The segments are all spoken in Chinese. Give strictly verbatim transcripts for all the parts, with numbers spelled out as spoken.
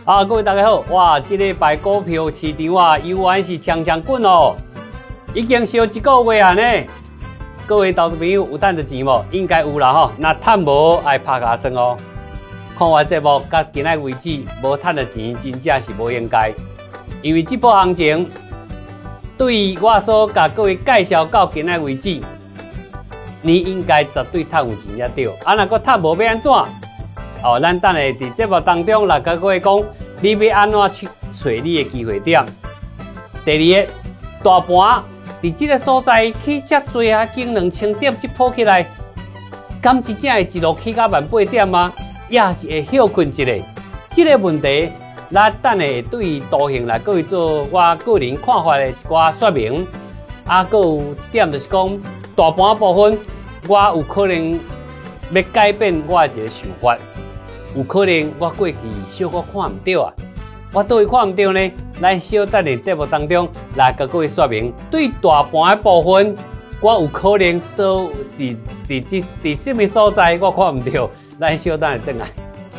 啊，各位大家好，哇，这礼拜股票市场啊，犹原是强强滚哦，已经烧一个月啊呢。各位投资朋友有赚到钱无？应该有啦吼，那赚无爱拍牙床哦。看完节目到今仔为止，无赚到钱，真正是无应该。因为这波行情，对于我所甲各位介绍到今仔为止，你应该绝对赚有钱才对。啊，若个赚无要安怎？哦，咱等下伫节目当中来甲各位讲，你要安怎去找你的机会点。第二个，大盘伫这个所在起遮多啊，经两千点去破起来，敢真正会一路起到万八点吗？也是会休困一下。这个问题，咱等下对于图形来各位做我个人看法的一寡说明。啊，还有一点就是讲，大盘部分，我有可能要改变我的一个想法。有可能我过去小可看唔到啊，我倒位看唔到呢？咱小等下节目当中来甲各位说明，对大盘的部分，我有可能都伫伫即伫什么所在我看唔到，咱小等下转来。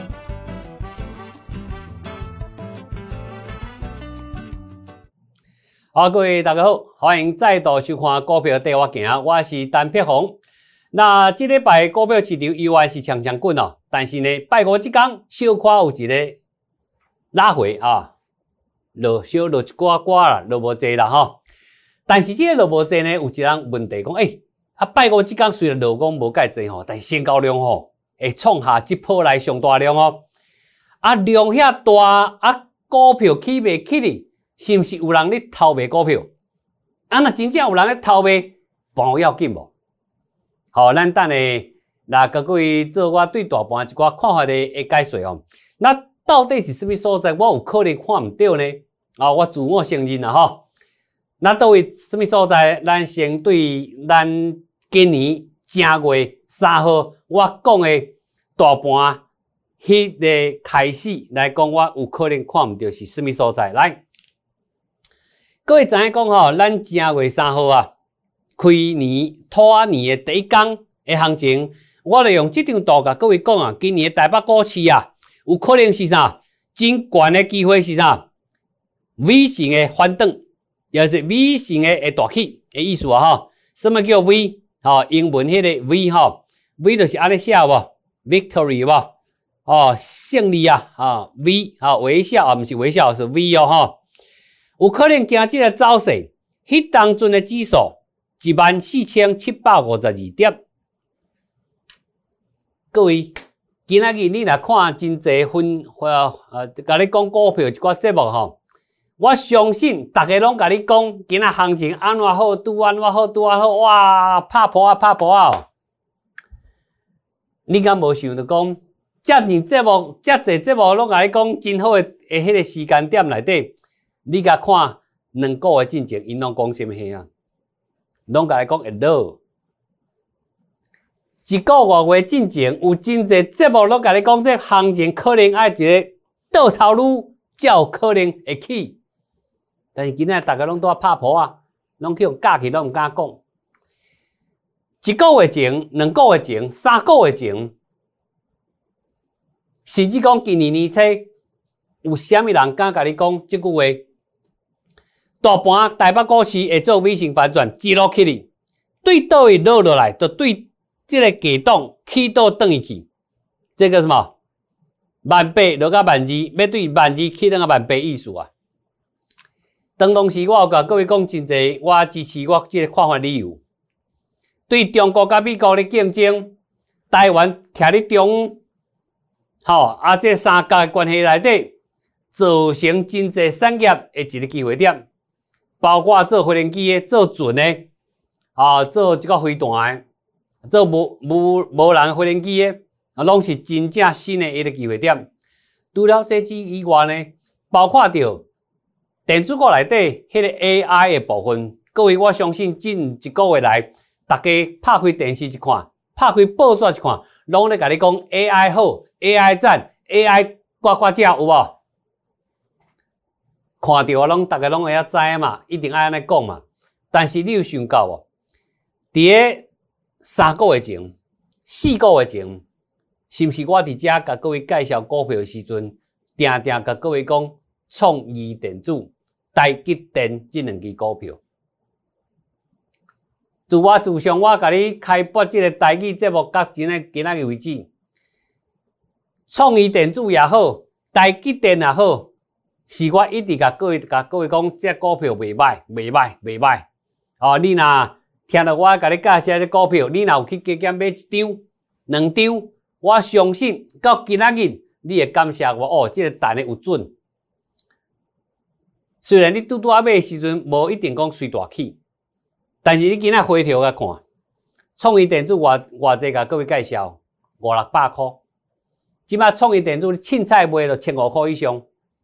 好，各位大家好，欢迎再度收看股票带我行，我是陈碧宏。那这礼拜股票市场依然是强强滚哦，但是呢，拜五这天小可有一个拉回啊，落小落一寡寡啦，落无济啦吼。但是这个落无济呢，有一人问题讲，诶、欸，啊拜五这天虽然落讲无介济吼，但是成交量吼会创下这波来上大量哦。啊量遐大，啊股票起袂起哩，是毋是有人咧偷卖股票？啊若真正有人咧偷卖，盘有要紧无？好，咱等下来甲各位做我对大盘一寡看法的的解说哦。那到底是什么所在？我有可能看唔到呢？啊，我自我承认啦吼。那到底什么所在？咱先对咱今年正月三号我讲的大盘迄个开始来讲，我有可能看唔到是什么所在。来，各位知影讲吼，咱正月三号啊。开年兔仔年的第一天的行情，我来用这张图甲各位讲啊，今年的台北股市啊，有可能是啥？真悬的机会是啥 ？V 型的反转，也是 V 型的大起的意思啊！哈，什么叫 V？ 哦，英文迄个 V 哈、哦、，V 就是安尼写无 ，Victory 无？哦，胜利啊！啊、哦、，V 啊、哦，微笑啊，不是微笑，是 V 哦哈、哦。有可能行这个走势，迄当阵的指数。一万四千七百五十二点，各位，今仔日你来看真侪分呃呃，甲你讲股票一寡节目吼，我相信大家拢甲你讲，今仔行情安怎好，拄安怎好，拄安好，哇，拍破啊，拍破啊！你敢无想到讲，遮尔节目，遮侪节目拢甲你讲真好诶，诶，迄个时间点内底，你甲看两个月进前，因拢讲什么嘿啊？拢甲伊讲会落，一个月月进前有真侪节目拢甲你讲，这行情可能爱一个倒头路，才有可能会起。但是今仔大家拢在拍破啊，拢去用假期拢毋敢讲。一个月前、两个月前、三个月前，甚至讲今年年初，有啥物人敢甲你讲这句话？大盘台北股市会做 V 型反转，一路起哩，对倒位落落来，就对这个价档起倒转去，这个什么万八落到万二，要对万二起倒到万八意思啊。当当时我有甲各位讲真济，我支持我这个看法理由。对中国甲美国的竞争，台湾徛伫中，好啊，这三角的关系内底，造成真济产业的一个机会点。包括做飞行机的、做船的，啊，做这个飞弹的，做无无无人飞行机的，啊，拢是真正新的一个机会点。除了这之以外呢，包括着电子股内底迄个 A I 的部分，各位我相信近一个月来，大家拍开电视一看，拍开报纸一看，拢咧甲你讲 A I 好 ，A I 赞 ，A I 呱呱叫有无？看到拢，大家拢会晓知嘛，一定爱安尼讲嘛。但是你有想到哦，伫个三个月前、四个月前，是毋是我伫遮甲各位介绍股票的时阵，伫定定甲各位讲，创意电子、台积电这两支股票。自我自上，我甲你开播这个台语节目，到今日今仔日为止，创意电子也好，台积电也好，是我一直甲各位甲各位讲，这股票袂歹，袂歹，袂歹。哦，你若听到我甲你介绍这股票，你若有去加减买一张、两张，我相信到今仔日，你会感谢我哦，这个弹的有准。虽然你拄拄啊买的时阵，无一定讲随大起。但是你今仔回头来看，创意电子偌偌济甲各位介绍五六百块，即摆创意电子凊彩卖到千五块以上。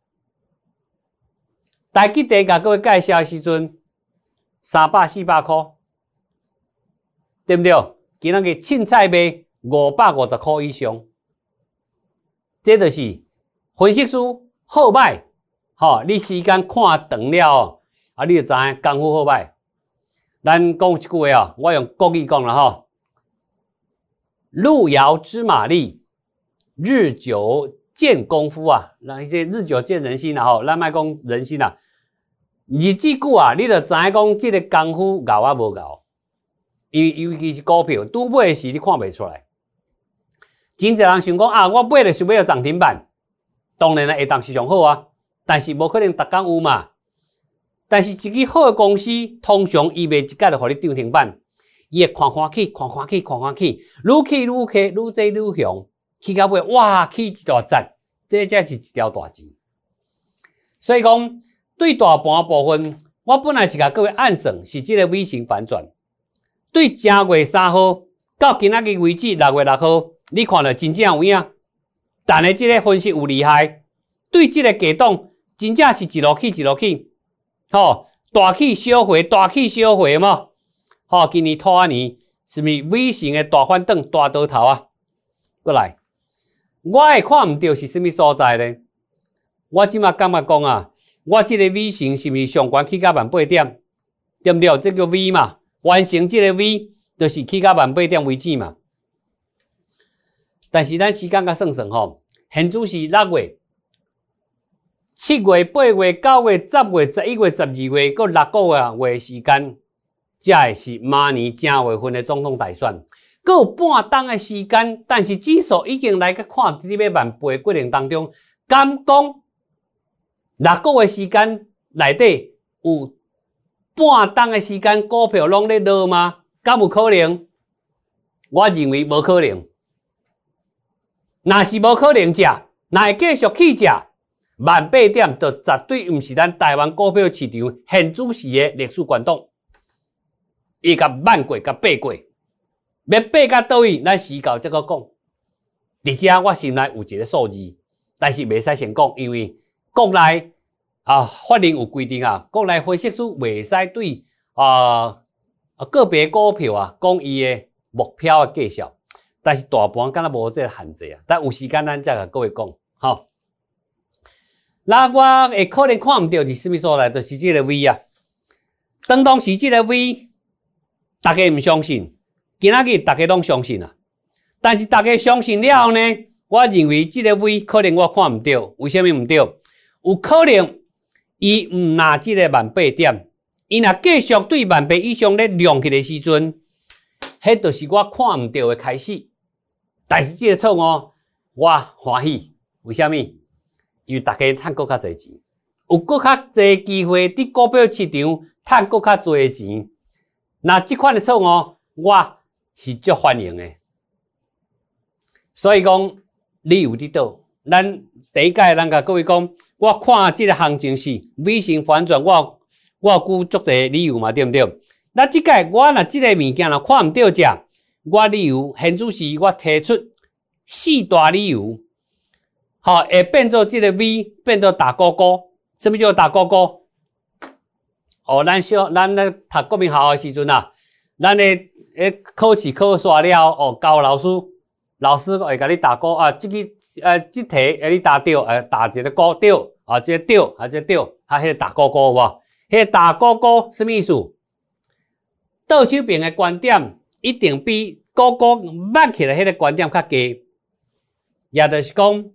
台积电甲各位介绍的时阵，三百四百块，对不对？今仔日凊彩卖五百五十块以上，这就是分析师好歹，吼、哦，你时间看长了，啊，你就知影功夫好歹。咱讲一句话啊，我用国语讲啦吼，路遥知马力，日久见功夫啊。那些日久见人心啦吼，咱莫讲人心啦，日子久啊，你就知影讲这个功夫熬啊无熬。尤尤其是股票，拄买的时你看袂出来。真侪人想讲啊，我买了想要涨停板，当然啦，下档是上好啊，但是无可能逐工有嘛。但是一支好的公司，通常伊袂一届就互你涨停板，伊会看看起，看看起，看看起，愈起愈起，愈做愈强，起到尾哇，起一大截，这才是一条大钱。所以讲，对大盘部分，我本来是甲各位暗算是这个 V 型反转。对正月三号到今仔日为止，六月六号，你看了真正有影，但是这个分析有厉害，对这个价档真正是一路起一路起。吼、哦，大起小回，大起小回嘛。吼、哦，今年兔仔年，是咪 V 型的大反转、大倒头啊？过来，我会看唔到是什么所在呢？我即马感觉讲啊，我这个 V 型是咪上悬起到万八点，对不对？这叫 V 嘛，完成这个 V 就是起到万八点为止嘛。但是咱时间甲算算吼，现在是六月。七月、八月、九月、十月、十一月、十二月，搁六个月时间，才会是明年正月份的总统大选，搁有半冬的时间，但是指数已经来个看伫咧万八过程当中，敢讲六个月时间内底有半冬的时间，股票拢咧落吗？敢有可能？我认为无可能。若是无可能食，若会继续去食。万八点就绝对毋是咱台湾股票市场现主时的历史关档，伊甲万过甲八过，要八到倒位，咱时到再个讲。而且我心内有一个数字，但是袂使先讲，因为国内啊法令有规定啊，国内分析师袂使对啊个别股票啊讲伊的目标的计数，但是大盘敢若无这个限制啊。但有时间咱再甲各位讲，吼。那我会可能看唔到是什么所在，就是这个 V 啊。当当时这个 V， 大家唔相信，今仔日大家拢相信啊。但是大家相信了后呢，我认为这个 V 可能我看唔到，为什么唔到？有可能伊唔拿这个万八点，伊若继续对万八以上咧亮起的时阵，迄就是我看唔到的开始。但是这个错误，我欢喜，为什么？因为大家赚搁较侪钱，有搁较侪机会伫股票市场赚搁较侪钱。那这款的错误，我是足欢迎的。所以讲，理由伫倒？咱第一届咱甲各位讲，我看这个行情是 V 型反转，我我有估足侪理由嘛，对不对？那这届我若这个物件若看唔到只，我理由现主时我提出四大理由。好，会变做这个 V， 变做大高高。什么叫大高高？哦，咱小咱咧读国民学校的时阵啊，咱咧诶考试考煞了，哦，教老师，老师会甲你答高啊，这个呃这题会你答对，呃答一个高对，啊这个对，啊这个对，啊迄个大高高有无？迄个大高高什么意思？倒手边的观点一定比高高挽起来迄个观点较低，也就是讲。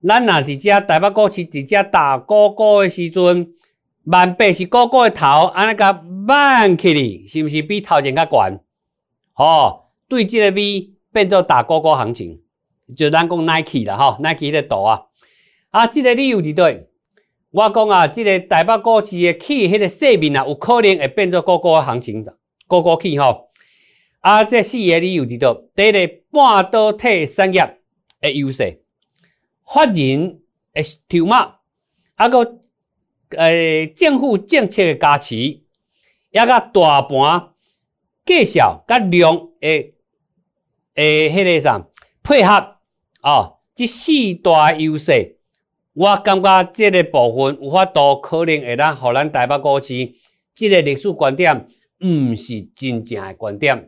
咱若伫遮台北股市伫遮打高高的时阵，万八是高高的头，安尼甲挽起哩，是毋是比头前较悬？吼、哦，对即个 V 变做打高高行情，就咱讲 Nike 啦，吼 ，Nike 迄个图啊，啊，即、這个理由伫对。我讲啊，即、這个台北股市的起迄个势面啊，有可能会变做高高的行情，高高起吼。啊，这四个理由伫倒，第一个半导体产业的优势，法人的筹码，啊个诶政府政策的加持，也甲大盘介绍甲量的诶迄个啥配合哦，即四大优势。我感觉这个部分有法度可能会当互咱台北股市这个历史观点，毋是真正的观点。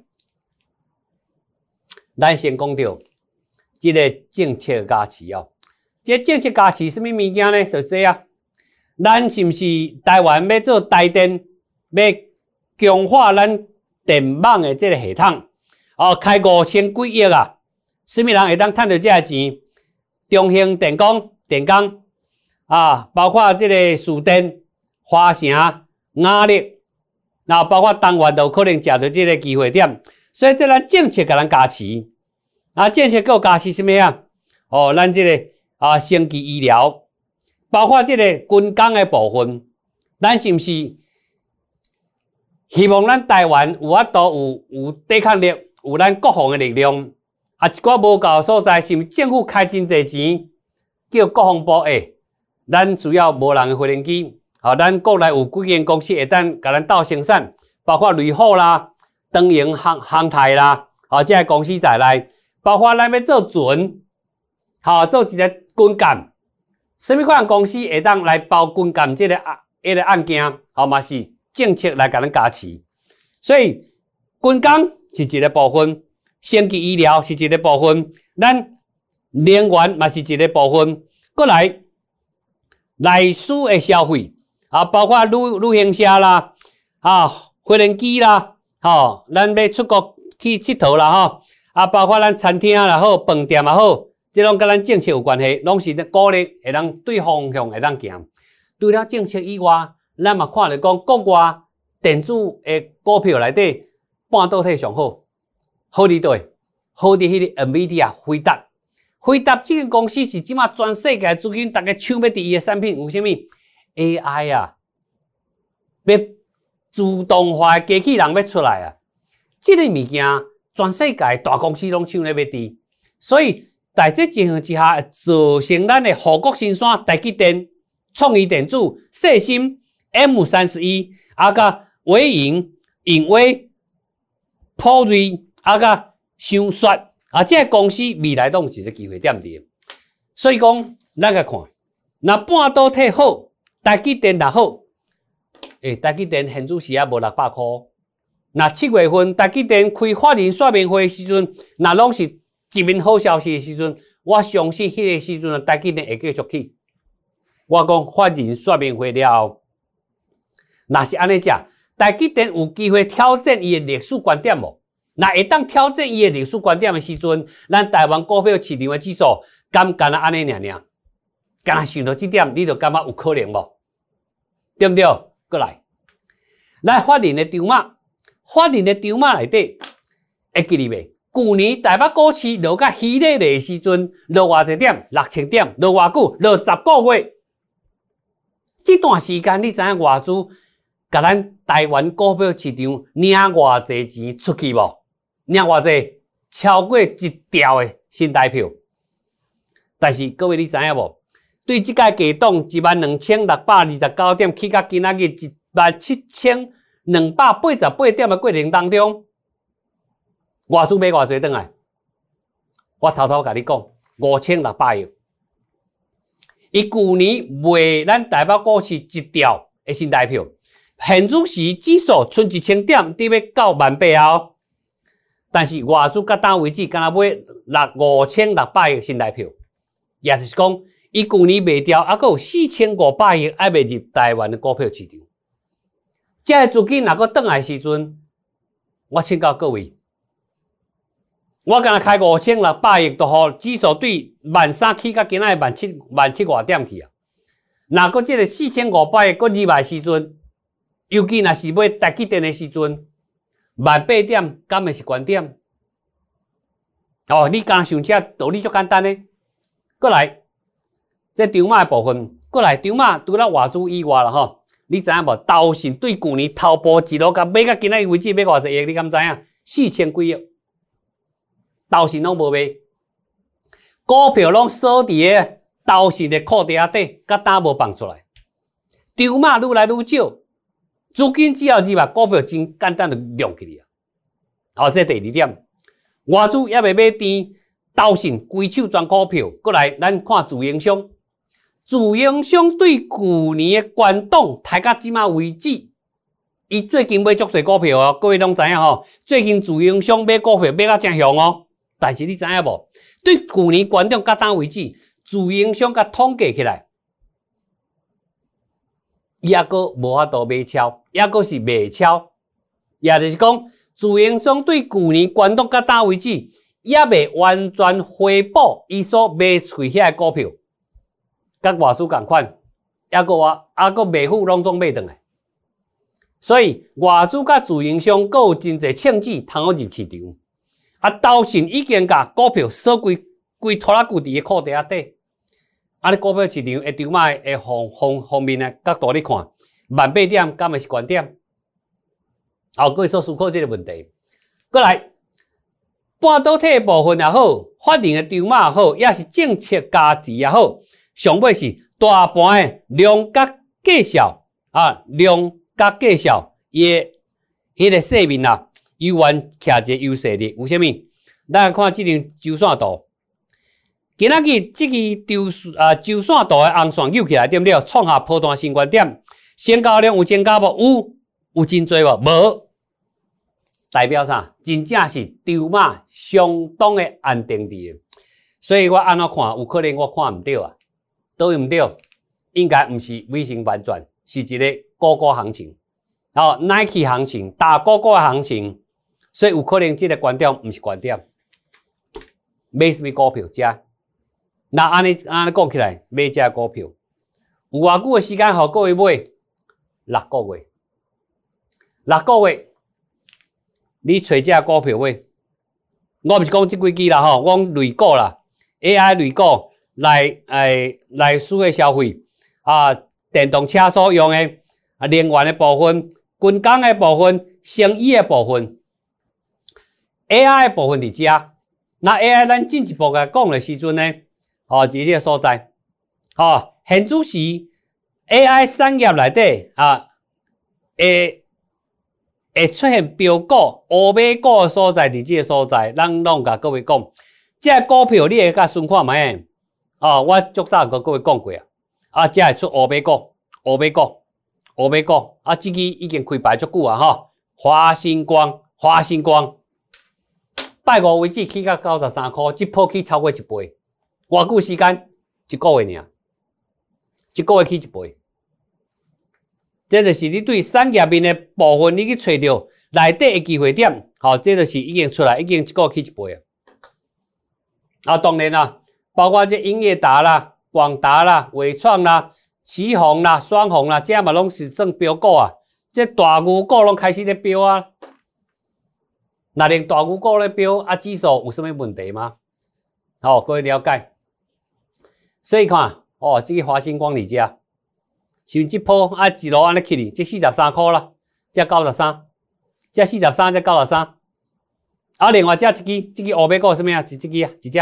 咱先讲到这个政策加持哦，这政策加持什么物件呢？就是这啊，咱是毋是台湾要做台电，要强化咱电网的这个系统？哦，开五千几亿啊！什么人会当赚到这个钱？中兴电工。电工啊，包括这个士电、华城、雅力，然后包括东元都可能食到这个机会点，所以这咱政策给咱加持，啊，政策够加持什么啊？哦，咱这个啊，升级医疗，包括这个军工的部分，咱是不是希望咱台湾有法度有有抵抗力，有咱国防的力量？啊，一寡无够所在，是毋是政府开真侪钱？叫国防部诶，咱需要无人诶飞行机，好、哦，咱国内有几间公司会当甲咱斗生产，包括雷虎啦、东营航航太啦，好、哦，这些公司在内，包括咱要做船，好、哦，做一个军舰，什么款公司会当来包军舰这个啊，一、这个案件，好、哦、嘛是政策来甲咱加持，所以军工是一个部分，升级医疗是一个部分，咱。能源嘛是一个部分，过来内需的消费啊，包括旅旅行社啦，啊，飞行机啦，吼、哦，咱要出国去佚佗啦，吼、哦，啊，包括咱餐厅也好，饭店也好，这种跟咱政策有关系，拢是鼓励会当对方向会当行。除了政策以外，咱嘛看着讲国外电子的股票内底半导体上好，好伫对，好伫迄个 NVIDIA 辉达。辉达这间公司是即马全世界资金大家抢要伫伊的产品有啥物 A I 啊，要自动化的机器人要出来啊！这个物件全世界大公司拢抢咧要伫，所以在这情况之下，造成咱的护国神山台积电、创意电子、世芯、M 三十一，啊甲伟盈、影威、普瑞，啊甲商雪。啊，这个公司未来都有一个机会点伫，所以讲，咱来看，那半导体好，台积电也好，诶，台积电现主时啊无六百块，那七月份台积电开法人说明会的时阵，那拢是一面好消息的时阵，我相信迄个时阵台积电会继续起。我讲法人说明会了后，若是安尼食，台积电有机会挑战伊的历史观点无？那会当挑战伊的历史观点的时阵，咱台湾股票市场的指数敢干那安尼尔尔，敢那想到这点，你就感觉有可能无？对不对？过来，来法人的筹码，法人的筹码内底会记哩未？去年台北股市落甲稀里的时阵，落偌济点？六千点，落偌久？落十个月。这段时间你知影外资甲咱台湾股票市场领偌济钱出去无？领偌济？超过一兆的新台票。但是各位你知影无？对即届季档一万两千六百二十九点起到今仔日一万七千两百八十八点的过程当中，外资买偌济转来？我偷偷甲你讲，五千六百亿。伊去年卖咱台北股市一兆的新台票，现主时指数剩一千点，伫要到万八后。但是外资到当为止，敢若买六五千六百亿新台票，也就是讲，伊去年卖掉，还佫有四千五百亿还未入台湾的股票市场。这个资金若佫转来时阵，我请教各位， 我刚才开五千六百亿，都互指数对万三起，到今仔万七万七外点去啊。若个即个四千五百亿，搁入来时阵，尤其若是买台积电的时阵，万八点，敢会是关点？哦，你刚想这道理足简单呢。过来，这筹码的部分，过来筹码除了外资以外啦吼，你知影无？投信对去年头部一路甲买到今仔为止买偌济亿，你敢知影？四千几亿，投信拢无卖，股票拢锁伫个投信的库底底，甲单无放出来，筹码愈来愈少，资金只要入来，股票真简单就亮起嚟啊！哦，这第二点，外资也未买甜，投信规手全股票，过来咱看自营商，自营商对去年的关档抬到即马为止，伊最近买足侪股票哦，各位拢知影吼，最近自营商买股票买到正凶哦，但是你知影无？对去年关档到当为止，自营商甲统计起来，抑个无法度买超，抑个是卖超，也就是讲，自营商对去年关档到当为止，也未完全回报伊所卖出遐个股票，甲外资共款，抑个话，抑个卖户拢总买转来，所以外资甲自营商阁有真侪枪子通好入市场。啊，投信已经甲股票锁规规拖拉固伫个库底底，啊，你股票市场会筹码会方方方面的角度你看，万八点敢会是关点？后各位所思考这个问题。过来，半导体部分也好，法人的筹码也好，也是政策加持也好，上尾是大盘的量甲计效啊，量甲计效伊的迄个说明啊。永远徛一个优势的，为虾米？咱来看这张周线图，今仔日这个周啊周线图的红线扭起来，对不对？创下波段新高点，成交量有增加无？有，有真多无？无，代表啥？真正是筹码相当的安定伫。所以我安怎看？有可能我看唔对啊，都唔对，应该唔是微型反转，是一个高高行情，哦 ，Nike 行情，大高高的行情。所以有可能这个观点不是观点，买什么股票加？那安尼安尼讲起来，买这股票有偌久的时间互各位买？六个月，六个月，你找这股票买？我毋是讲这几支啦吼，我讲类股啦 ，A I 类股来诶来输的消费啊，电动车所用的啊，能源的部分、军工的部分、生意的部分。A I 的部分伫遮，那 A I 咱进一步来讲的时阵呢，哦，是这个所在，哦，现主时 A I 产业内底啊，会会出现标股、乌马股的所在，伫这个所在，咱拢甲各位讲，这股票你会甲顺看卖，哦，我足早甲各位讲过啊，啊，这会出乌马股、乌马股、乌马股，啊，这个已经开牌足久啊，吼，华星光、华星光。拜五为止起到九十三块，一波起超过一倍，偌久时间一个月尔，一个月起一倍，这就是你对产业面的部分，你去找到内底的机会点，好，这就是已经出来，已经一个月起一倍啊。啊，当然啦，包括这英业达啦、广达啦、伟创啦、奇宏啦、双宏啦，这嘛拢是算标股啊，这大牛股拢开始咧标啊。那连大牛股咧标啊，指数有什么问题吗？好、哦，各位了解。所以看哦，这个华星光里遮，像这波啊一路安尼起哩，这四十三块啦，这九十三，这四十三，这九十三。啊，另外这一支，这个乌马股什么啊？是这个啊，一只。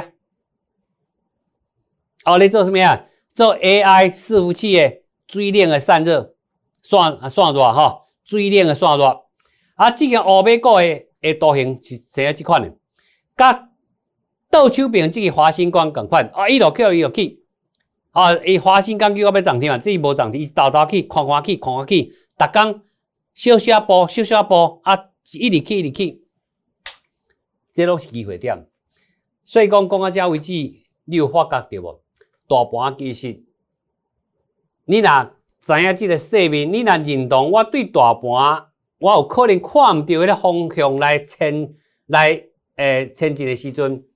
哦，你做什么啊？做 A I 伺服器的水冷的散热，散啊散热哈，水冷的散热。啊，这个乌马股的。诶，图形是怎样即款的？甲倒手边即个华星光共款，啊，一路去一路去，啊，伊华星光叫我要涨停嘛，这无涨停，伊倒倒去，看看去，看看去，逐工小小波，小小波，啊，一直去，一直去，这拢是机会点。所以讲讲到这为止，你有发觉到无？大盘其实，你若知影即个说明，你若认同我对大盘。我有可能看唔到迄个方向来牵来诶前一个时阵，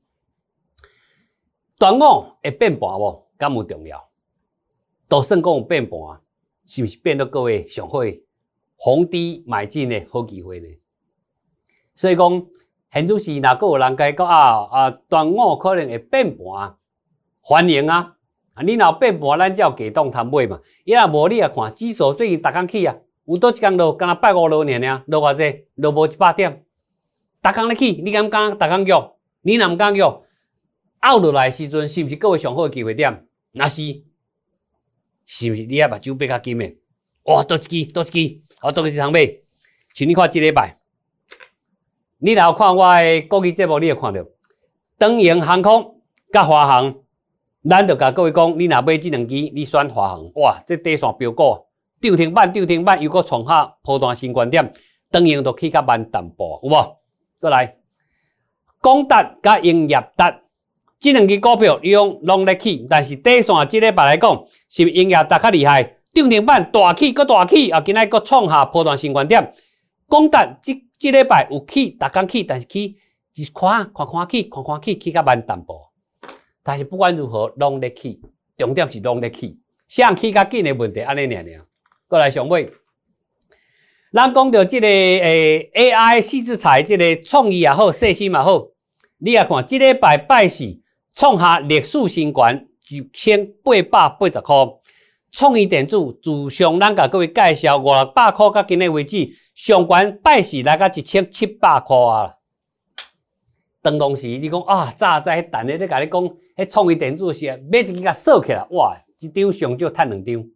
端午会变盘无？敢有重要？都算讲有变盘，是毋是变到各位上好逢低买进的好机会呢？所以讲，现主席若个有人甲伊讲啊啊，端午可能会变盘，欢迎啊！啊，你若变盘，咱才有价档通买嘛。伊若无，你啊看指数最近逐工起啊，有倒一工落，敢若拜五落尔尔，落偌济，落无一百点，逐工咧起，你敢毋敢逐工约？你若毋敢约，拗落来时阵，是毋是各位上好机会点？若是，是毋是你啊目睭闭较紧诶？哇，倒一支，倒一支，好，倒一支通买。像你看即礼拜，你若有看我诶国语节目，你会看到长荣航空甲华航，咱就甲各位讲，你若买即两支，你选华航，哇，这底线标股，涨停板，涨停板又搁创下波段新高点，长荣都起较慢淡薄，有无？过来，广达甲英业达。这两支股票伊用拢咧起，但是底线即礼拜来讲，是不是英业达较厉害？涨停板大起，搁大起，啊，今仔搁创下波段新高点。广达即即礼拜有起，逐工起，但是起一看看看起，看看起，起较慢淡薄。但是不管如何，拢咧起，重点是拢咧起，谁起较紧的问题，安尼尔尔。过来上尾，咱讲到即个诶 A I 细制裁，即个创意也好，细心也好，你也看即礼拜拜四。创下历史新高一千八百八十块，创意电子自上咱甲各位介绍五六百块，到今日为止，上悬拜四来到一千七百块啊！当当时你讲啊，早在等咧咧甲你讲，迄创意电子是买一支甲锁起来，哇，一张上少趁两张，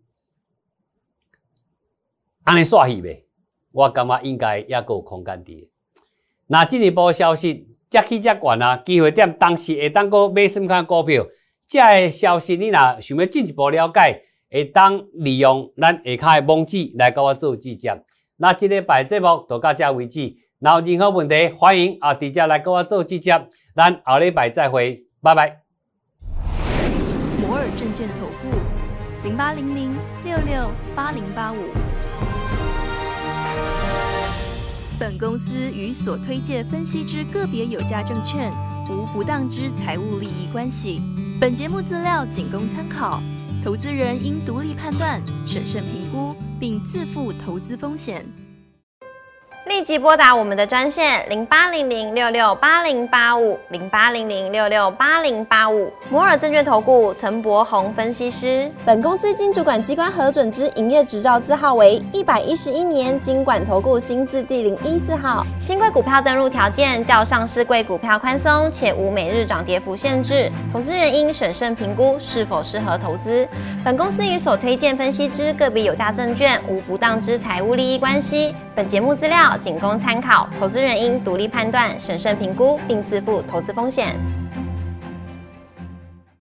安尼煞去袂？我感觉应该也阁有空间伫。那进一步消息。遮起遮悬啊，机会点当时会当个买什么款股票？遮个消息你若想要进一步了解，会当利用咱下骹的网址来甲我做直接。那即礼拜节目就到遮为止。若有任何问题，欢迎啊直接来甲我做直接。咱后礼拜再会，拜拜。 摩尔证券投顾零八零零六六八零八五。本公司与所推介分析之个别有价证券无不当之财务利益关系。本节目资料仅供参考，投资人应独立判断、审慎评估，并自负投资风险。 立即拨打我们的专线零八零零六六八零八五零八零零六六八零八五摩尔证券投顾陈柏宏分析师。 本公司经主管机关核准之营业执照字号为一百一十一年金管投顾新字第零一四号。 新贵股票登录条件较上市贵股票宽松，且无每日涨跌幅限制，投资人应审慎评估是否适合投资。本公司与所推荐分析之个别有价证券无不当之财务利益关系。本节目资料仅供参考，投资人应独立判断、审慎评估，并自负投资风险。